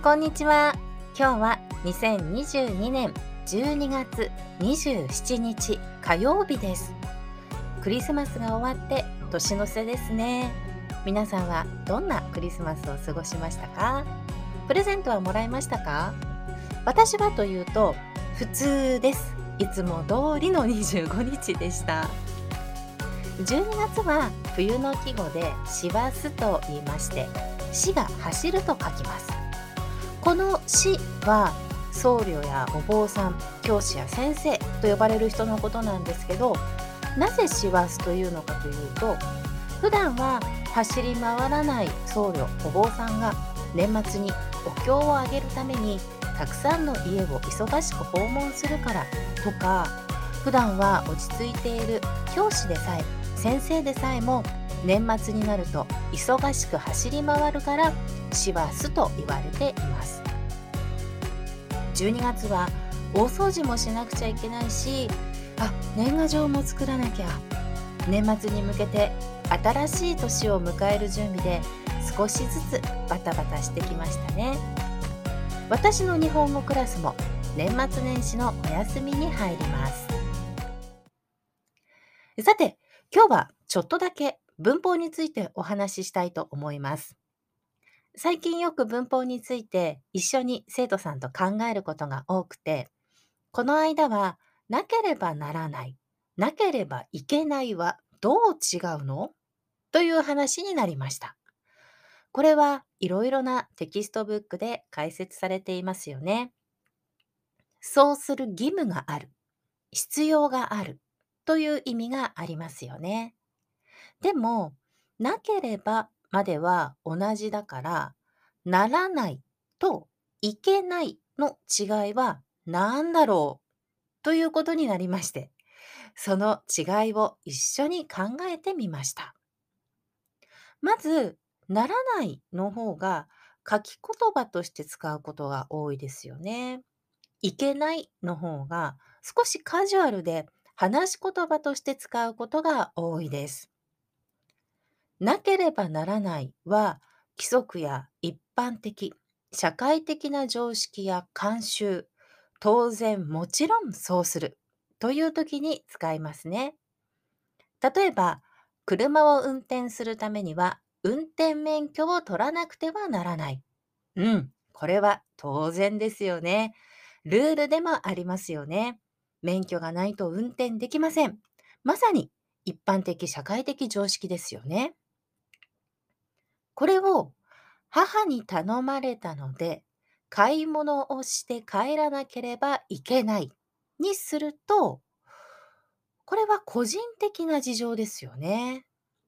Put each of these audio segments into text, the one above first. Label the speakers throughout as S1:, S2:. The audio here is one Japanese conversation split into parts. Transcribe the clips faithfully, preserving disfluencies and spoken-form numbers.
S1: こんにちは。今日はにせんにじゅうにねんじゅうにがつにじゅうしちにち火曜日です。クリスマスが終わって年の瀬ですね。皆さんはどんなクリスマスを過ごしましたか？プレゼントはもらいましたか？私はというと普通です。いつも通りのにじゅうごにちでした。じゅうにがつは冬の季語で師走と言いまして、師が走ると書きます。この師は僧侶やお坊さん、教師や先生と呼ばれる人のことなんですけど、なぜ師走というのかというと、普段は走り回らない僧侶、お坊さんが年末にお経をあげるためにたくさんの家を忙しく訪問するからとか、普段は落ち着いている教師でさえ、先生でさえも年末になると忙しく走り回るから師走と言われています。じゅうにがつは大掃除もしなくちゃいけないし、あ、年賀状も作らなきゃ。年末に向けて新しい年を迎える準備で少しずつバタバタしてきましたね。私の日本語クラスも年末年始のお休みに入ります。さて、今日はちょっとだけ文法についてお話ししたいと思います。最近よく文法について一緒に生徒さんと考えることが多くて、この間はなければならない、なければいけないはどう違うのという話になりました。これはいろいろなテキストブックで解説されていますよね。そうする義務がある、必要があるという意味がありますよね。でも、なければまでは同じだから、ならないといけないの違いは何だろうということになりまして、その違いを一緒に考えてみました。まず、ならないの方が書き言葉として使うことが多いですよね。いけないの方が少しカジュアルで話し言葉として使うことが多いです。なければならないは規則や一般的、社会的な常識や慣習、当然もちろんそうするという時に使いますね。例えば、車を運転するためには運転免許を取らなくてはならない。うん、これは当然ですよね。ルールでもありますよね。免許がないと運転できません。まさに一般的社会的常識ですよね。これを母に頼まれたので買い物をして帰らなければいけないにすると、これは個人的な事情ですよね。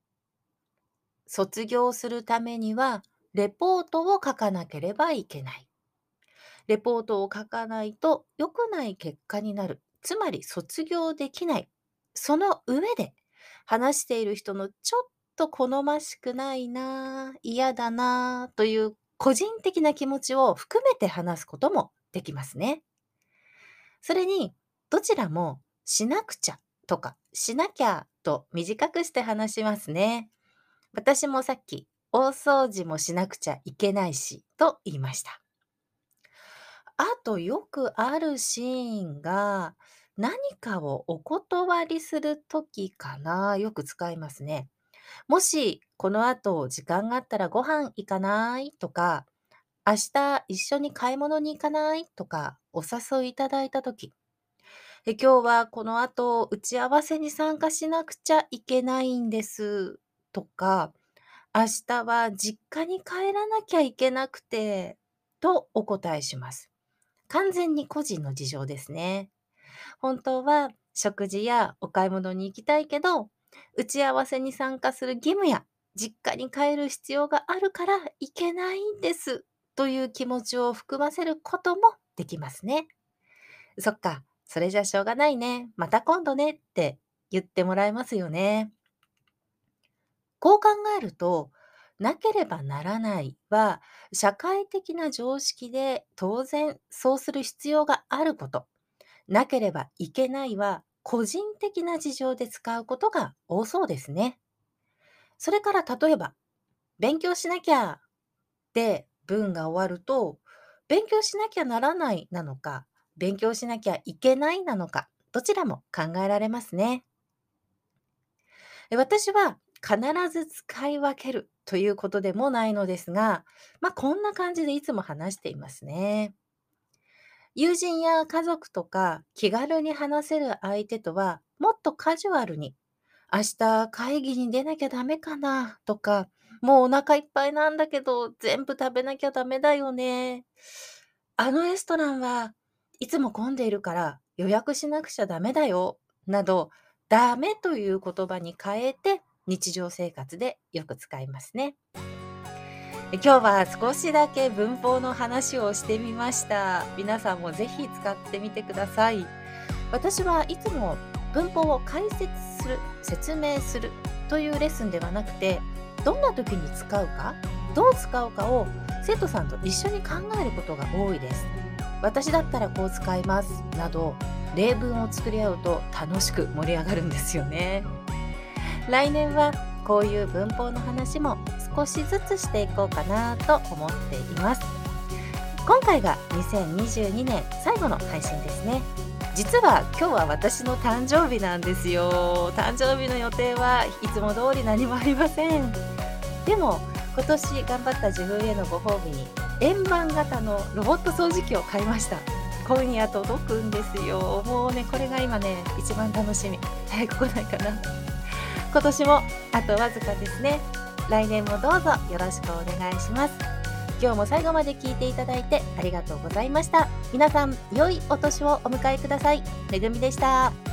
S1: 卒業するためにはレポートを書かなければいけない。レポートを書かないと良くない結果になる。つまり卒業できない。その上で話している人のちょっと好ましくないな、嫌だなという個人的な気持ちを含めて話すこともできますね。それに、どちらもしなくちゃとかしなきゃと短くして話しますね。私もさっき大掃除もしなくちゃいけないしと言いました。あとよくあるシーンが、何かをお断りするときかな、よく使いますね。もし、この後時間があったらご飯行かないとか、明日一緒に買い物に行かないとか、お誘いいただいたとき、え今日はこの後打ち合わせに参加しなくちゃいけないんですとか、明日は実家に帰らなきゃいけなくて、とお答えします。完全に個人の事情ですね。本当は食事やお買い物に行きたいけど、打ち合わせに参加する義務や実家に帰る必要があるから行けないんですという気持ちを含ませることもできますね。そっか、それじゃしょうがないね。また今度ねって言ってもらえますよね。こう考えると、なければならないは社会的な常識で当然そうする必要があること。なければいけないは個人的な事情で使うことが多そうですね。それから例えば、勉強しなきゃで文が終わると、 勉強しなきゃならないなのか、勉強しなきゃいけないなのか、どちらも考えられますね。え私は必ず使い分けるということでもないのですが、まあ、こんな感じでいつも話していますね。友人や家族とか気軽に話せる相手とはもっとカジュアルに、明日会議に出なきゃダメかなとか、もうお腹いっぱいなんだけど全部食べなきゃダメだよね。あのレストランはいつも混んでいるから予約しなくちゃダメだよ。など、ダメという言葉に変えて日常生活でよく使いますね。今日は少しだけ文法の話をしてみました。皆さんもぜひ使ってみてください。私はいつも文法を解説する、説明するというレッスンではなくて、どんな時に使うか、どう使うかを生徒さんと一緒に考えることが多いです。私だったらこう使いますなど、例文を作り合うと楽しく盛り上がるんですよね。来年はこういう文法の話も少しずつしていこうかなと思っています。今回がにせんにじゅうにねん最後の配信ですね。実は今日は私の誕生日なんですよ。誕生日の予定はいつも通り何もありません。でも今年頑張った自分へのご褒美に円盤型のロボット掃除機を買いました。今夜届くんですよ。もうね、これが今ね一番楽しみ。早く来ないかな。今年もあとわずかですね。来年もどうぞよろしくお願いします。今日も最後まで聞いていただいてありがとうございました。皆さん、良いお年をお迎えください。めぐみでした。